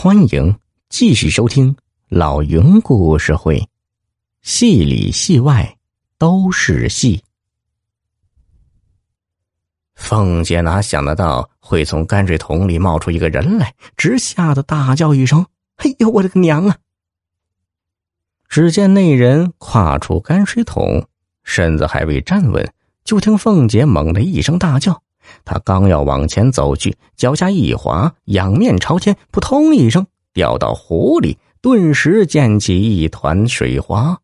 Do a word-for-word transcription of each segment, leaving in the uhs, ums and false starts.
欢迎继续收听老云故事会，戏里戏外都是戏。凤姐哪想得到会从泔水桶里冒出一个人来，直吓得大叫一声：“哎呦，我的个娘啊！”只见那人跨出泔水桶，身子还未站稳，就听凤姐猛地一声大叫。他刚要往前走去，脚下一滑，仰面朝天，扑通一声掉到湖里，顿时溅起一团水花。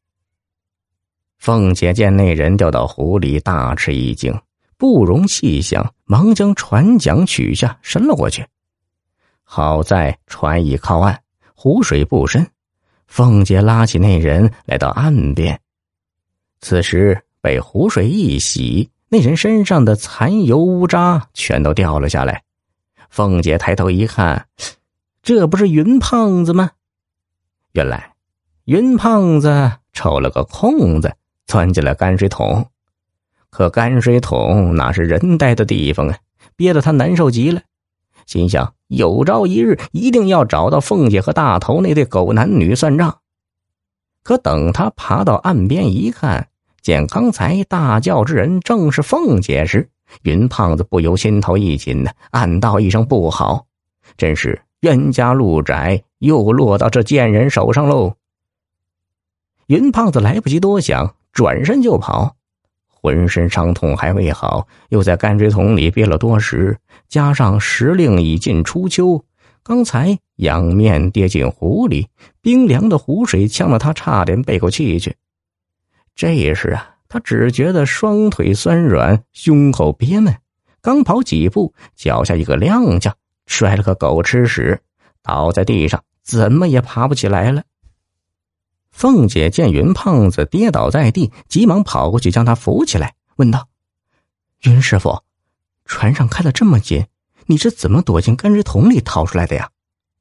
凤姐见那人掉到湖里，大吃一惊，不容细想，忙将船桨取下，伸了过去。好在船已靠岸，湖水不深，凤姐拉起那人来到岸边。此时被湖水一洗，那人身上的残油污渣全都掉了下来。凤姐抬头一看，这不是云胖子吗？原来云胖子抽了个空子，钻进了泔水桶。可泔水桶哪是人待的地方啊，憋得他难受极了，心想有朝一日一定要找到凤姐和大头那对狗男女算账。可等他爬到岸边一看，见刚才大叫之人正是凤姐时，云胖子不由心头一紧呢，暗道一声不好，真是冤家路窄，又落到这贱人手上喽。云胖子来不及多想，转身就跑，浑身伤痛还未好，又在泔水桶里憋了多时，加上时令已近初秋，刚才仰面跌进湖里，冰凉的湖水呛得他差点背过气去。这时啊，他只觉得双腿酸软，胸口憋闷，刚跑几步，脚下一个踉跄，摔了个狗吃屎，倒在地上，怎么也爬不起来了。凤姐见云胖子跌倒在地，急忙跑过去将他扶起来，问道：“云师傅，船上开得这么紧，你是怎么躲进泔水桶里逃出来的呀？”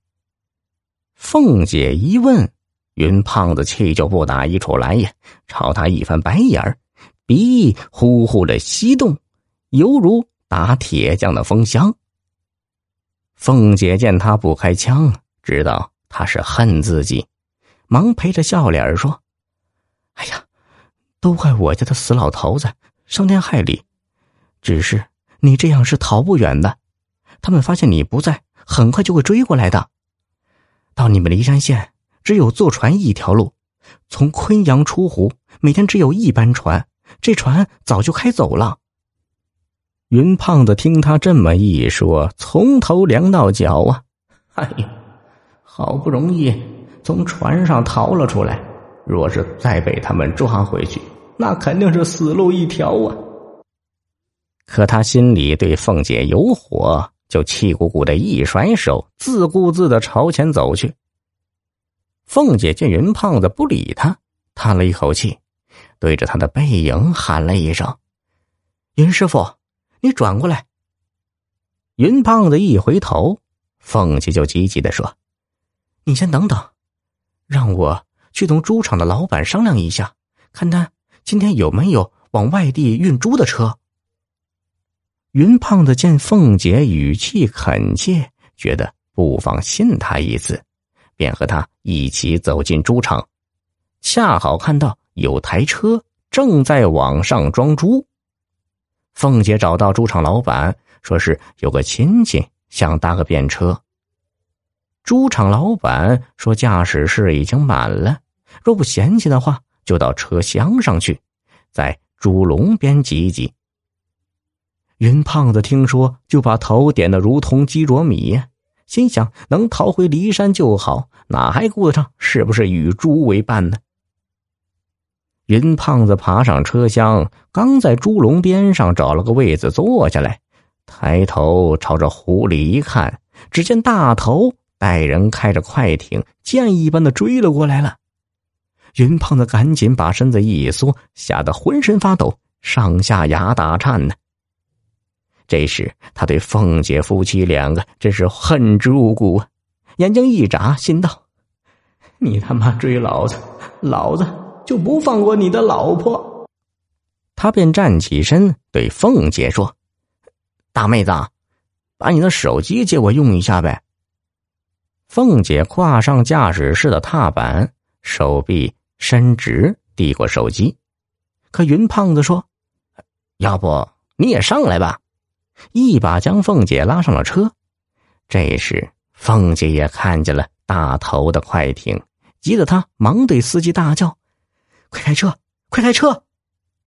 凤姐一问，云胖子气就不打一处来呀，朝他一翻白眼儿，鼻呼呼的吸动，犹如打铁匠的风箱。凤姐见他不开枪，知道他是恨自己，忙陪着笑脸说：“哎呀，都怪我家的死老头子伤天害理，只是你这样是逃不远的，他们发现你不在，很快就会追过来的。到你们骊山县只有坐船一条路，从昆阳出湖每天只有一班船，这船早就开走了。”云胖子听他这么一说，从头凉到脚啊，哎呀，好不容易从船上逃了出来，若是再被他们抓回去，那肯定是死路一条啊。可他心里对凤姐有火，就气鼓鼓的一甩手，自顾自的朝前走去。凤姐见云胖子不理他，叹了一口气，对着他的背影喊了一声：“云师傅，你转过来。”云胖子一回头，凤姐就急急地说：“你先等等，让我去同猪场的老板商量一下，看他今天有没有往外地运猪的车。”云胖子见凤姐语气恳切，觉得不妨信他一次，便和他一起走进猪场，恰好看到有台车正在往上装猪。凤姐找到猪场老板，说是有个亲戚想搭个便车。猪场老板说驾驶室已经满了，若不嫌弃的话，就到车厢上去，在猪笼边挤一挤。云胖子听说，就把头点得如同鸡啄米呀，心想能逃回骊山就好，哪还顾得上是不是与猪为伴呢？云胖子爬上车厢，刚在猪笼边上找了个位子坐下来，抬头朝着湖里一看，只见大头带人开着快艇，箭一般的追了过来了。云胖子赶紧把身子一缩，吓得浑身发抖，上下牙打颤呢。这时他对凤姐夫妻两个真是恨之入骨啊，眼睛一眨，心道：“你他妈追老子，老子就不放过你的老婆。”他便站起身对凤姐说：“大妹子，把你的手机借我用一下呗。” 凤姐跨上驾驶室的踏板，手臂伸直，递过手机。可云胖子说：“要不你也上来吧。”一把将凤姐拉上了车。这时凤姐也看见了大头的快艇，急得她忙对司机大叫：“快开车，快开车！”